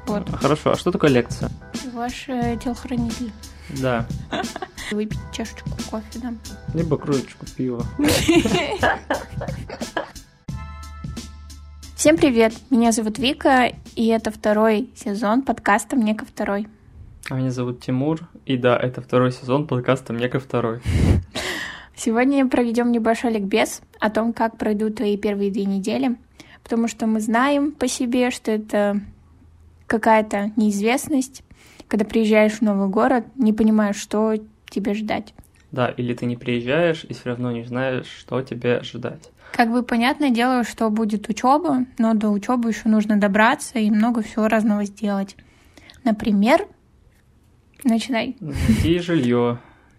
Вот. Хорошо, а что такое лекция? Ваш телохранитель. Да. Выпить чашечку кофе, да? Либо кружечку пива. Всем привет, меня зовут Вика, и это второй сезон подкаста «Мне ко второй». А меня зовут Тимур, и да, это второй сезон подкаста «Мне ко второй». Сегодня проведем небольшой ликбез о том, как пройдут твои первые 2 недели, потому что мы знаем по себе, что это какая-то неизвестность, когда приезжаешь в новый город, не понимаешь, что тебе ждать. Да, или ты не приезжаешь и все равно не знаешь, что тебе ожидать. Как бы понятное дело, что будет учеба, но до учебы еще нужно добраться и много всего разного сделать. Например, начинай. Найти жилье.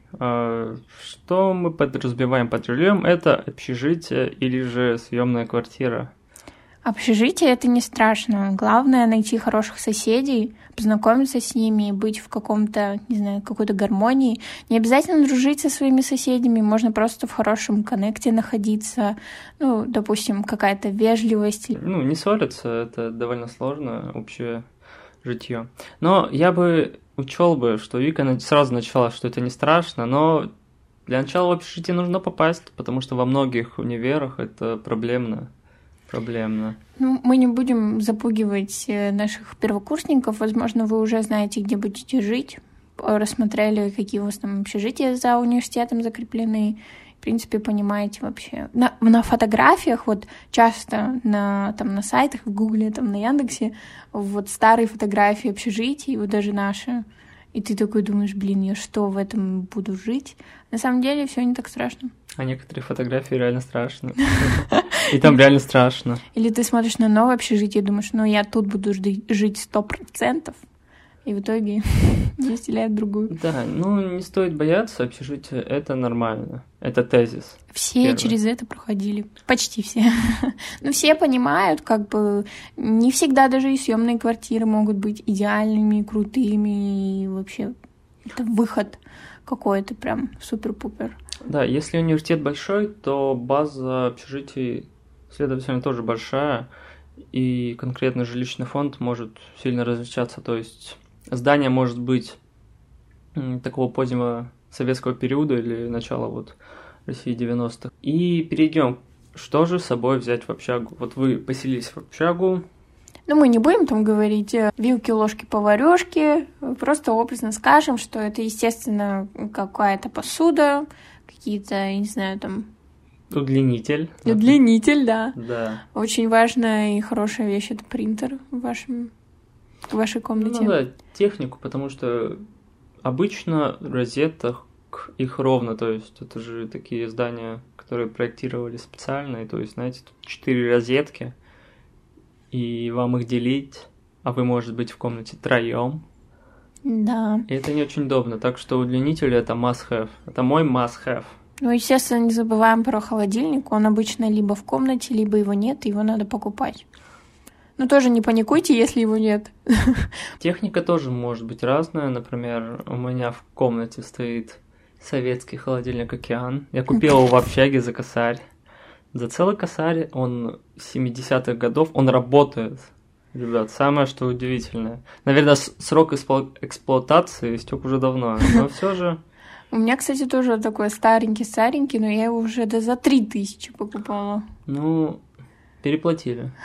Что мы подразумеваем под жильем? Это общежитие или же съемная квартира. Общежитие — это не страшно. Главное — найти хороших соседей, познакомиться с ними, быть в каком-то, не знаю, какой-то гармонии. Не обязательно дружить со своими соседями, можно просто в хорошем коннекте находиться. Ну, допустим, какая-то вежливость. Ну, не ссориться, это довольно сложно, общее житье. Но я бы учел бы, что Вика сразу начала, что это не страшно, но для начала в общежитие нужно попасть, потому что во многих универах это проблемно. Ну, мы не будем запугивать наших первокурсников. Возможно, вы уже знаете, где будете жить, рассмотрели, какие у вас там общежития за университетом закреплены. В принципе, понимаете вообще. На фотографиях, вот часто на сайтах, в Гугле, на Яндексе, вот старые фотографии общежитий, вот даже наши. И ты такой думаешь, я что, в этом буду жить? На самом деле все не так страшно. А некоторые фотографии реально страшно. И там реально страшно. Или ты смотришь на новое общежитие и думаешь, я тут буду жить 100%, и в итоге заселяют другую. Да, не стоит бояться, общежитие — это нормально. Это тезис. Все первый. Через это проходили. Почти все. Все понимают, не всегда даже и съемные квартиры могут быть идеальными, крутыми, и вообще это выход какой-то прям супер-пупер. Да, если университет большой, то база общежитий, следовательно, тоже большая, и конкретно жилищный фонд может сильно различаться. То есть здание может быть такого позднего советского периода или начала России 90-х. И перейдем, что же с собой взять в общагу. Вот вы поселились в общагу. Мы не будем там говорить вилки, ложки, поварёшки, просто образно скажем, что это, естественно, какая-то посуда, какие-то, я не знаю, Удлинитель. Удлинитель, да. Да. Очень важная и хорошая вещь — это принтер в вашей комнате. Да, технику, потому что обычно в розеток их ровно, то есть это же такие здания, которые проектировали специально, и, то есть, знаете, тут 4 розетки, и вам их делить, а вы, может быть, в комнате 3. Да. И это не очень удобно, так что удлинитель — это must-have. Это мой must-have. Естественно, не забываем про холодильник. Он обычно либо в комнате, либо его нет, его надо покупать. Тоже не паникуйте, если его нет. Техника тоже может быть разная. Например, у меня в комнате стоит советский холодильник «Океан». Я купил его в общаге за косарь. За целый косарь, он 70-х годов, он работает. Ребят, самое что удивительное. Наверное, срок эксплуатации истек уже давно, но все же... У меня, кстати, тоже такой старенький, но я его уже за 3000 покупала. Переплатили.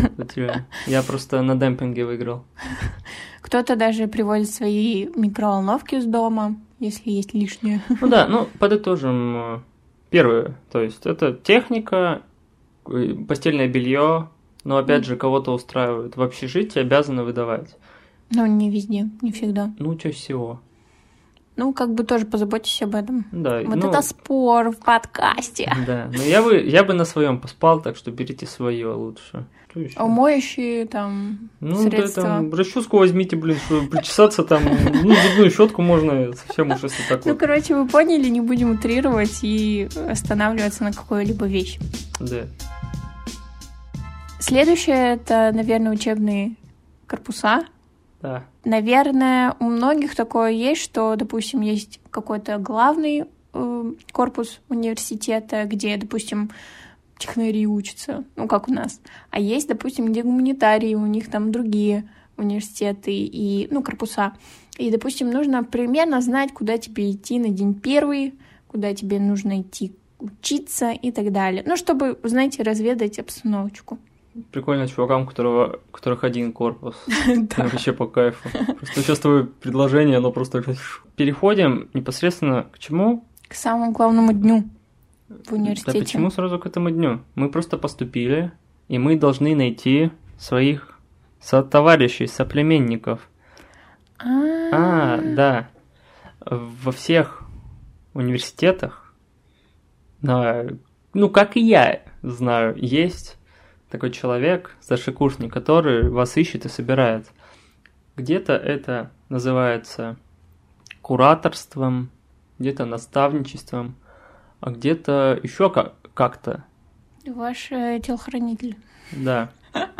Я просто на демпинге выиграл. Кто-то даже приводит свои микроволновки из дома, если есть лишнее. Подытожим. Первое, то есть это техника, постельное белье, но опять же кого-то устраивают. В общежитии обязаны выдавать. Не везде, не всегда. Чаще всего. Тоже позаботьтесь об этом. Да. Это спор в подкасте. Да, я бы на своем поспал, так что берите свое лучше. Моющие средства. Расческу возьмите, чтобы причесаться зубную щетку можно совсем уж если так вы поняли, не будем утрировать и останавливаться на какой-либо вещи. Да. Следующее — это, наверное, учебные корпуса. Да. Наверное, у многих такое есть, что, допустим, есть какой-то главный корпус университета, где, допустим, технари учатся, как у нас. А есть, допустим, где гуманитарии, у них там другие университеты и, корпуса. И, допустим, нужно примерно знать, куда тебе идти на день первый, куда тебе нужно идти учиться и так далее. Чтобы, знаете, разведать обстановочку. Прикольно чувакам, у которых один корпус. Вообще по кайфу. Просто сейчас твое предложение, оно просто... Переходим непосредственно к чему? К самому главному дню в университете. Да почему сразу к этому дню? Мы просто поступили, и мы должны найти своих сотоварищей, соплеменников. Да. Во всех университетах, как и я знаю, есть такой человек, старшекурсник, который вас ищет и собирает. Где-то это называется кураторством, где-то наставничеством, а где-то еще как-то. Ваш телохранитель. Да.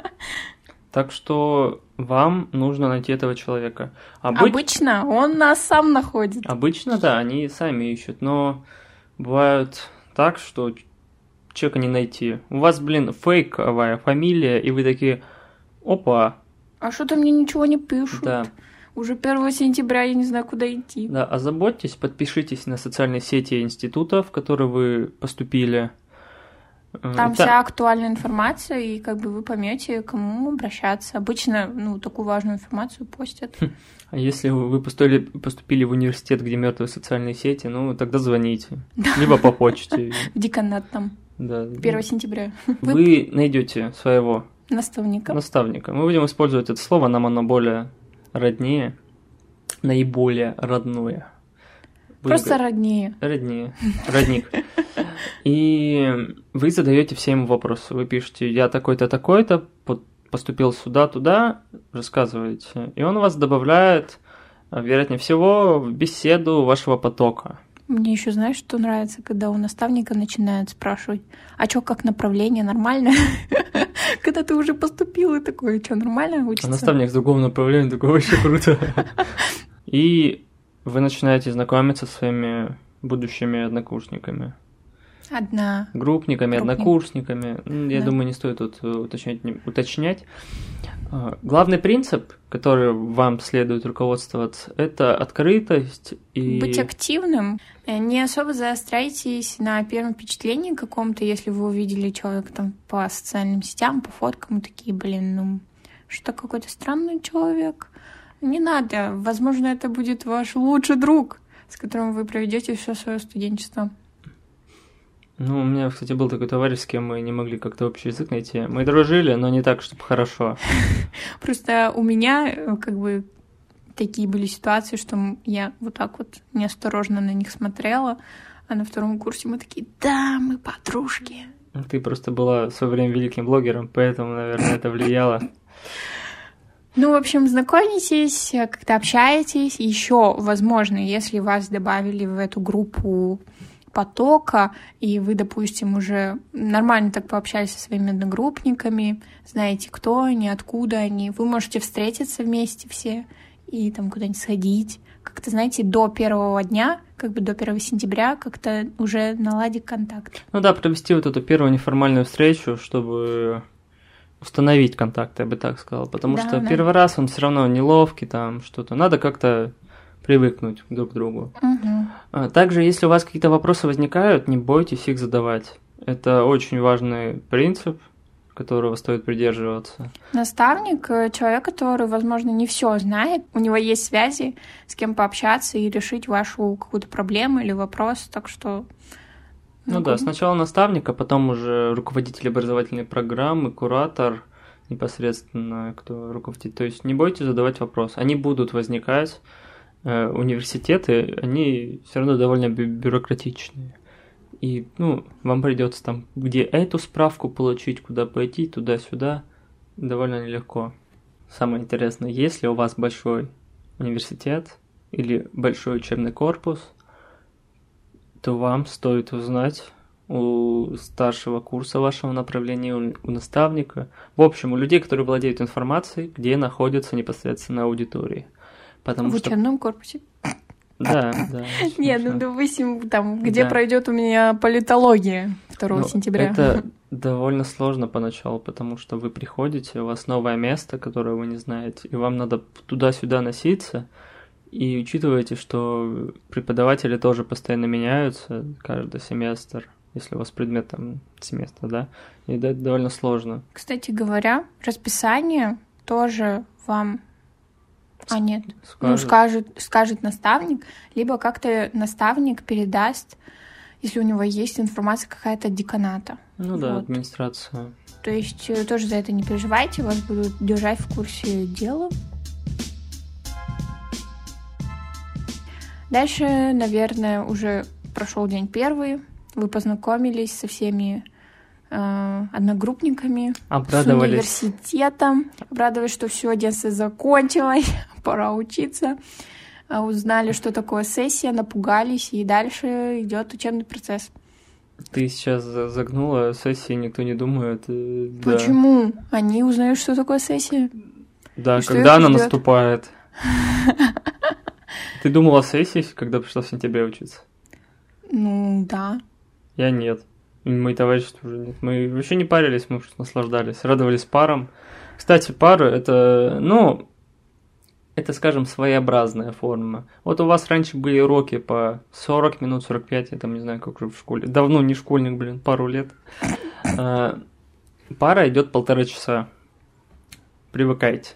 Так что вам нужно найти этого человека. Обычно он нас сам находит. Обычно, да, они сами ищут, но бывает так, что человека не найти. У вас, фейковая фамилия, и вы такие, опа. А что-то мне ничего не пишут. Да. Уже 1 сентября я не знаю, куда идти. Да, озаботьтесь, подпишитесь на социальные сети института, в который вы поступили. Там вся актуальная информация, и вы поймете, к кому обращаться. Обычно, такую важную информацию постят. А если вы поступили в университет, где мертвые социальные сети, тогда звоните. Либо по почте. В деканат там. Да. 1 сентября. Вы найдете своего наставника. Мы будем использовать это слово, нам оно более роднее, наиболее родное. Просто роднее. Родник. И вы задаете всем вопросы. Вы пишете, я такой-то, такой-то, поступил сюда, туда, рассказываете. И он вас добавляет, вероятнее всего, в беседу вашего потока. Мне еще, знаешь, что нравится, когда у наставника начинают спрашивать, а что, как направление, нормально? Когда ты уже поступил, и такой, что, нормально учится? А наставник с другого направления, такой, вообще круто. И вы начинаете знакомиться со своими будущими однокурсниками. Группниками, однокурсниками. Я думаю, не стоит тут уточнять. Главный принцип, который вам следует руководствоваться, это открытость и... Быть активным. Не особо заостряйтесь на первом впечатлении каком-то, если вы увидели человека там по социальным сетям, по фоткам, и такие, что какой-то странный человек. Не надо. Возможно, это будет ваш лучший друг, с которым вы проведете все свое студенчество. У меня, кстати, был такой товарищ, с кем мы не могли как-то общий язык найти. Мы дружили, но не так, чтобы хорошо. Просто у меня такие были ситуации, что я вот так вот неосторожно на них смотрела, а на 2 курсе мы такие, да, мы подружки. Ты просто была в свое время великим блогером, поэтому, наверное, это влияло. В общем, знакомитесь, как-то общаетесь. Еще, возможно, если вас добавили в эту группу потока, и вы, допустим, уже нормально так пообщались со своими одногруппниками, знаете, кто они, откуда они, вы можете встретиться вместе все и там куда-нибудь сходить. Как-то, знаете, до первого дня, до 1 сентября, как-то уже наладить контакт. Провести вот эту первую неформальную встречу, чтобы установить контакт, я бы так сказала. Потому что первый раз он все равно неловкий, там что-то. Надо как-то привыкнуть друг к другу. Угу. Также, если у вас какие-то вопросы возникают, не бойтесь их задавать. Это очень важный принцип, которого стоит придерживаться. Наставник — человек, который, возможно, не все знает. У него есть связи, с кем пообщаться и решить вашу какую-то проблему или вопрос. Так что... сначала наставник, а потом уже руководитель образовательной программы, куратор, непосредственно кто руководит. То есть не бойтесь задавать вопросы. Они будут возникать. Университеты, они все равно довольно бюрократичные. И, вам придется там, где эту справку получить, куда пойти, туда-сюда, довольно нелегко. Самое интересное, если у вас большой университет или большой учебный корпус, то вам стоит узнать у старшего курса вашего направления, у наставника, в общем, у людей, которые владеют информацией, где находятся непосредственно аудитории. В учебном корпусе. Да. Нет, допустим, там, где пройдет у меня политология 2 сентября. довольно сложно поначалу, потому что вы приходите, у вас новое место, которое вы не знаете, и вам надо туда-сюда носиться, и учитывайте, что преподаватели тоже постоянно меняются каждый семестр, если у вас предмет там семестр, да, и это довольно сложно. Кстати говоря, расписание тоже вам... нет. Скажет наставник, либо как-то наставник передаст, если у него есть информация какая-то от деканата. Ну да, вот. Администрация. То есть тоже за это не переживайте, вас будут держать в курсе дела. Дальше, наверное, уже прошел день первый, вы познакомились со всеми одногруппниками, обрадовались. С университетом, обрадовались, что все, детство закончилось, пора учиться, узнали, что такое сессия, напугались, и дальше идет учебный процесс. Ты сейчас загнула, сессии никто не думает. Почему? Да. Они узнают, что такое сессия. Да, когда она наступает. Ты думала о сессии, когда пришла в сентябре учиться? Ну, да. Я нет. Мои товарищи тоже нет. Мы вообще не парились, мы просто наслаждались, радовались парам. Кстати, пары это, это, скажем, своеобразная форма. Вот у вас раньше были уроки по 40 минут, 45, я там не знаю, как уже в школе. Давно не школьник, пару лет. Пара идет 1,5 часа. Привыкайте.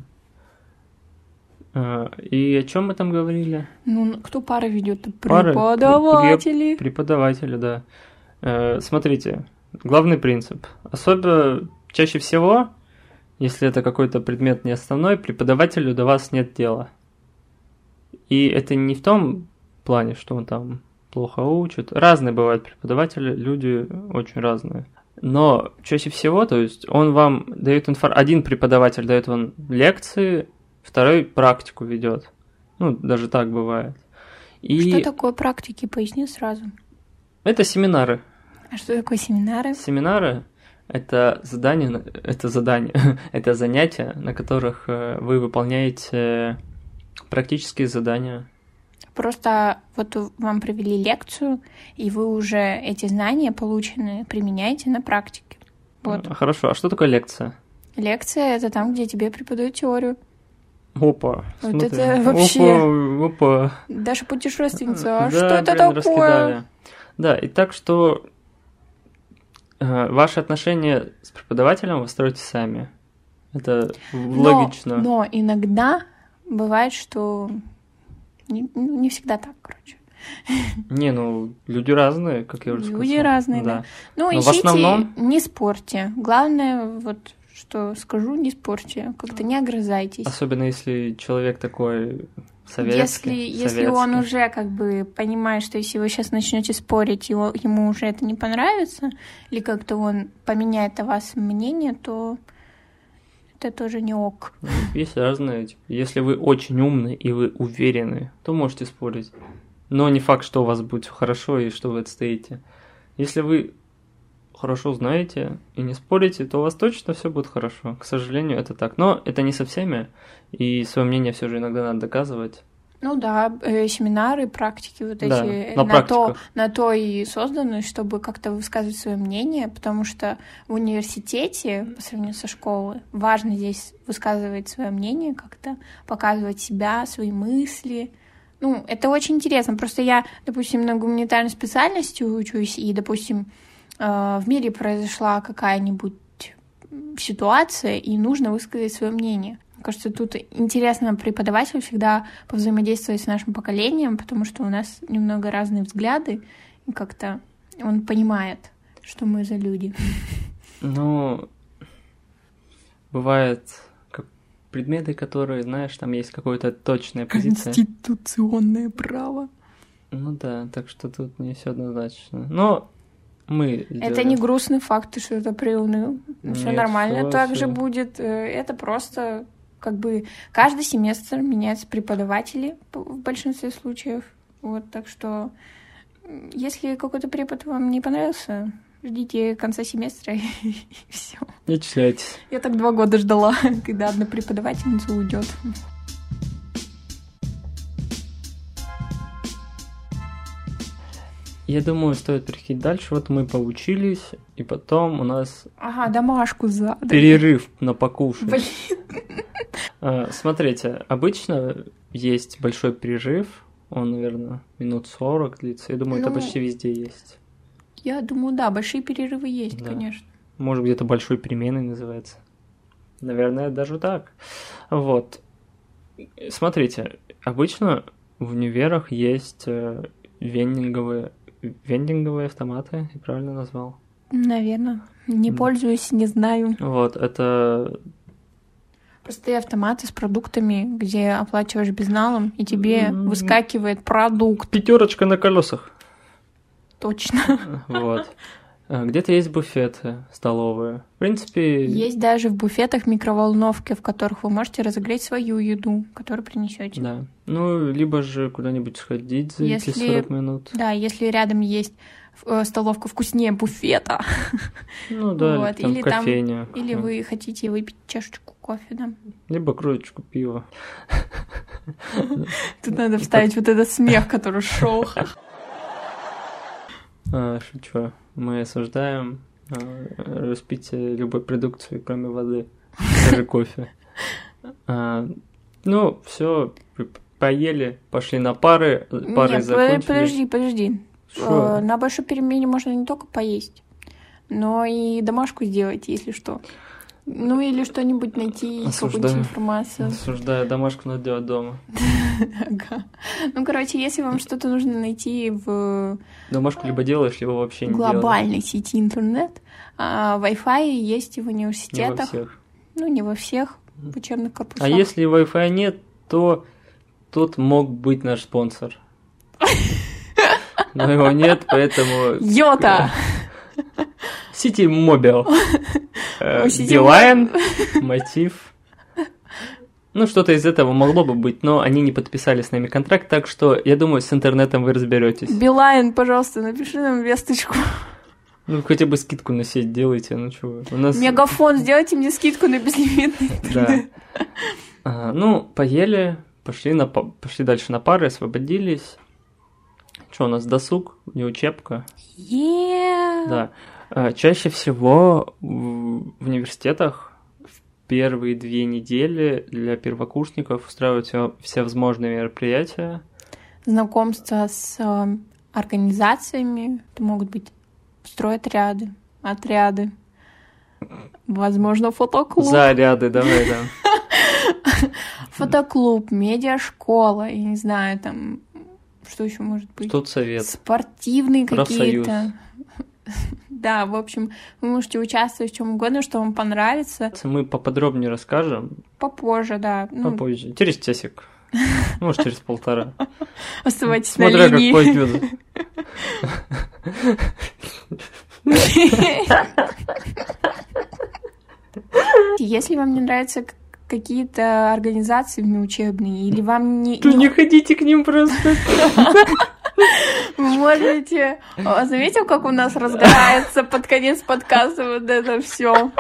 И о чем мы там говорили? Кто пары ведет? Преподаватели. Преподаватели, да. Смотрите, главный принцип. Особенно чаще всего, если это какой-то предмет не основной, преподавателю до вас нет дела. И это не в том плане, что он там плохо учит. Разные бывают преподаватели, люди очень разные. Но чаще всего, то есть он вам дает один преподаватель дает вам лекции, второй практику ведет. Даже так бывает. Что такое практики? Поясни сразу. Это семинары. А что такое семинары? Семинары – это занятия, на которых вы выполняете практические задания. Просто вот вам провели лекцию, и вы уже эти знания полученные применяете на практике. Вот. Хорошо, а что такое лекция? Лекция – это там, где тебе преподают теорию. Опа, вот смотри. Это вообще... Опа. Даже путешественница, что это такое? Раскидали. Да, и так что ваши отношения с преподавателем вы строите сами. Это логично. Но иногда бывает, что не всегда так, короче. Люди разные, как я уже сказала. Люди разные, да. Но ищите, в основном... не спорьте. Главное, что скажу, не спорьте. Как-то не огрызайтесь. Особенно если человек такой советский. Если он уже понимает, что если вы сейчас начнете спорить, ему уже это не понравится, или как-то он поменяет о вас мнение, то это тоже не ок. Есть разные. Если вы очень умный и вы уверены, то можете спорить. Но не факт, что у вас будет все хорошо и что вы отстоите. Если вы хорошо знаете и не спорите, то у вас точно все будет хорошо. К сожалению, это так. Но это не со всеми, и свое мнение все же иногда надо доказывать. Семинары, практики эти на то и созданы, чтобы как-то высказывать свое мнение, потому что в университете, по сравнению со школой, важно здесь высказывать свое мнение, как-то показывать себя, свои мысли. Это очень интересно. Просто я, допустим, на гуманитарной специальности учусь, и, допустим, в мире произошла какая-нибудь ситуация, и нужно высказать свое мнение. Мне кажется, тут интересно преподавателю всегда повзаимодействовать с нашим поколением, потому что у нас немного разные взгляды, и как-то он понимает, что мы за люди. Бывает предметы, которые, знаешь, там есть какая-то точная позиция. Конституционное право. Да, так что тут не все однозначно. Но это не грустный факт, что это приуныл. Все нормально, так же будет. Это просто каждый семестр меняются преподаватели в большинстве случаев. Так что если какой-то препод вам не понравился, ждите конца семестра и все. Не отчисляйтесь. Я так 2 года ждала, когда одна преподавательница уйдет. Я думаю, стоит переходить дальше. Вот мы поучились, и потом у нас... Ага, домашку задали. Перерыв на покушать. Блин. Смотрите, обычно есть большой перерыв, он, наверное, минут 40 длится. Я думаю, это почти везде есть. Я думаю, да, большие перерывы есть, конечно. Может, где-то большой переменой называется. Наверное, даже так. Вот. Смотрите, обычно в универах есть вендинговые автоматы, я правильно назвал? Наверное. Не пользуюсь, не знаю. Вот, это... Простые автоматы с продуктами, где оплачиваешь безналом, и тебе выскакивает продукт. 5 на колесах. Точно. Вот. Где-то есть буфеты столовые. В принципе... Есть даже в буфетах микроволновки, в которых вы можете разогреть свою еду, которую принесете. Да. Ну, либо же куда-нибудь сходить за эти 40 минут. Да, если рядом есть столовка вкуснее буфета. Ну да, вот. или там кофейня. Или вы хотите выпить чашечку кофе, да. Либо кружечку пива. Тут надо вставить вот этот смех, который шел. Шучу. Мы осуждаем распитие любой продукции, кроме воды, даже кофе. Ну, все, поели, пошли на пары закончили. Подожди. На большой перемене можно не только поесть, но и домашку сделать, если что. Ну, или что-нибудь найти, какую-нибудь информацию. Осуждаю, домашку надо делать дома. Ага. Ну, короче, если вам что-то нужно найти в... Домашку либо делаешь, либо вообще не делаешь. Глобальной сети интернет. Wi-Fi есть в университетах. Не во всех. Ну, не во всех в учебных корпусах. А если Wi-Fi нет, то тут мог быть наш спонсор. Но его нет, поэтому... Йота! Сити Мобил. Билайн, Мотив. Ну, что-то из этого могло бы быть, но они не подписали с нами контракт, так что, я думаю, с интернетом вы разберетесь. Билайн, пожалуйста, напиши нам весточку. Ну, хотя бы скидку на сеть делайте, ну чего. У нас... Мегафон, сделайте мне скидку на безлимитный интернет. Да. Ну, поели, пошли дальше на пары, освободились. Что у нас, досуг, не учебка? Да. Чаще всего в университетах в первые 2 недели для первокурсников устраивают все возможные мероприятия. Знакомство с организациями. Это могут быть стройотряды, отряды. Возможно, фотоклуб. Заряды, давай, да. Фотоклуб, медиашкола, я не знаю, там... Что еще может быть? Студсовет. Спортивные профсоюз. Какие-то. Да, в общем, вы можете участвовать в чем угодно, что вам понравится. Мы поподробнее расскажем. Попозже, да. Попозже. Через часик. Может, через 1,5. Оставайтесь на линии. Смотря как пойдет. Если вам не нравятся какие-то организации внеучебные, или вам не... То не ходите к ним просто. Вы можете... Заметил, как у нас разгорается под конец подкаста вот это все?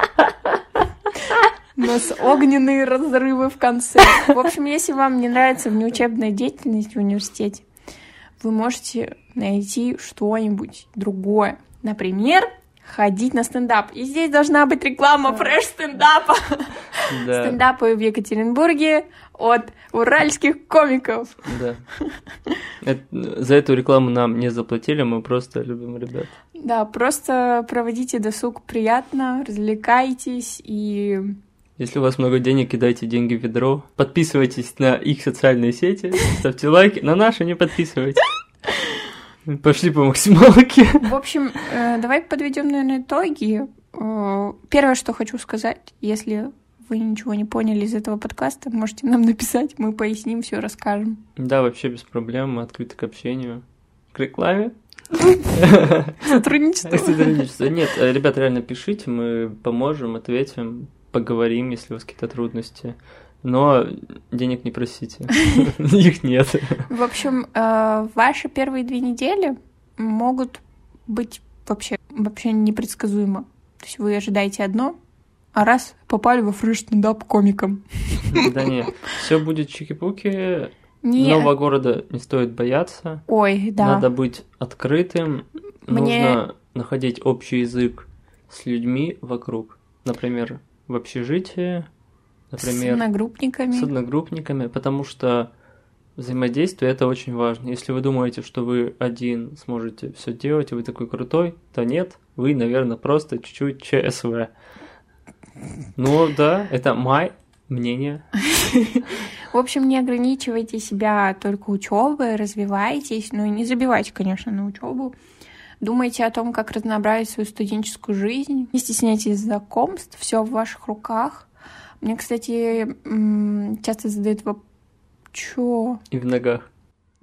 У нас огненные разрывы в конце. В общем, если вам не нравится внеучебная деятельность в университете, вы можете найти что-нибудь другое. Например, ходить на стендап. И здесь должна быть реклама фреш-стендапа. Да. Стендапы в Екатеринбурге от уральских комиков. Да. За эту рекламу нам не заплатили, мы просто любим ребят. Да, просто проводите досуг приятно, развлекайтесь и... Если у вас много денег, кидайте деньги в ведро. Подписывайтесь на их социальные сети, ставьте лайки. На наши не подписывайтесь. Пошли по максималке. В общем, давай подведем, наверное, итоги. Первое, что хочу сказать, если вы ничего не поняли из этого подкаста, можете нам написать, мы поясним, все расскажем. Да, вообще без проблем, мы открыты к общению. К рекламе. Сотрудничество. Нет, ребята, реально пишите, мы поможем, ответим, поговорим, если у вас какие-то трудности. Но денег не просите, их нет. В общем, ваши первые 2 недели могут быть вообще непредсказуемо. То есть вы ожидаете одно, а раз попали во фреш-стендап комиком. Да нет, все будет чики-пуки. Нового города не стоит бояться. Ой, да. Надо быть открытым. Нужно находить общий язык с людьми вокруг. Например, в общежитии. Например, с одногруппниками, потому что взаимодействие — это очень важно. Если вы думаете, что вы один сможете все делать, и вы такой крутой, то нет, вы, наверное, просто чуть-чуть ЧСВ. Ну да, это мое мнение. В общем, не ограничивайте себя только учебой, развивайтесь, ну и не забивайте, конечно, на учебу. Думайте о том, как разнообразить свою студенческую жизнь. Не стесняйтесь знакомств, все в ваших руках. Мне, кстати, часто задают вопрос: чё? И в ногах.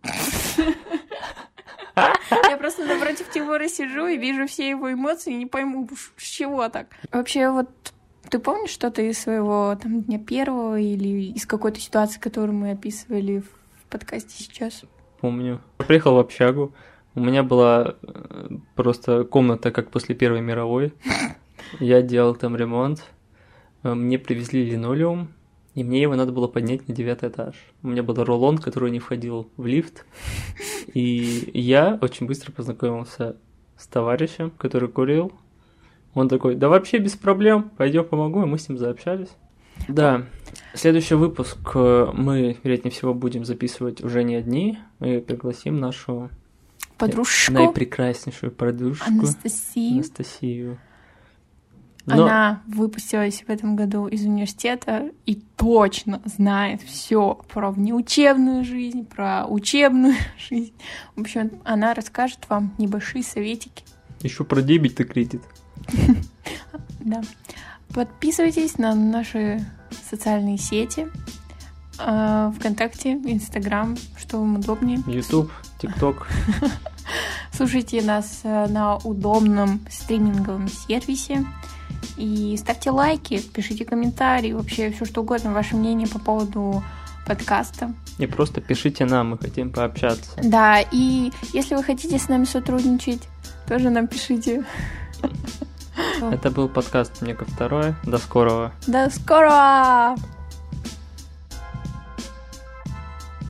Я просто напротив Тимура сижу и вижу все его эмоции, и не пойму, с чего так. Вообще, вот ты помнишь что-то из своего там дня первого или из какой-то ситуации, которую мы описывали в подкасте сейчас? Помню. Я приехал в общагу. У меня была просто комната, как после Первой мировой. Я делал там ремонт. Мне привезли линолеум, и мне его надо было поднять на 9-й этаж. У меня был рулон, который не входил в лифт. И я очень быстро познакомился с товарищем, который курил. Он такой: да вообще без проблем, пойдем помогу, и мы с ним заобщались. Да, следующий выпуск мы, вероятнее всего, будем записывать уже не одни. Мы пригласим нашу подружку, наипрекраснейшую подружку Анастасию. Она выпустилась в этом году из университета и точно знает все про внеучебную жизнь, про учебную жизнь. В общем, она расскажет вам небольшие советики. Еще про дебет и кредит. Да. Подписывайтесь на наши социальные сети. ВКонтакте, Инстаграм, что вам удобнее. Ютуб, ТикТок. Слушайте нас на удобном стриминговом сервисе. И ставьте лайки, пишите комментарии, вообще все что угодно, ваше мнение по поводу подкаста. И просто пишите нам, мы хотим пообщаться. Да, и если вы хотите с нами сотрудничать, тоже нам пишите. Это был подкаст «Мнека 2». До скорого. До скорого!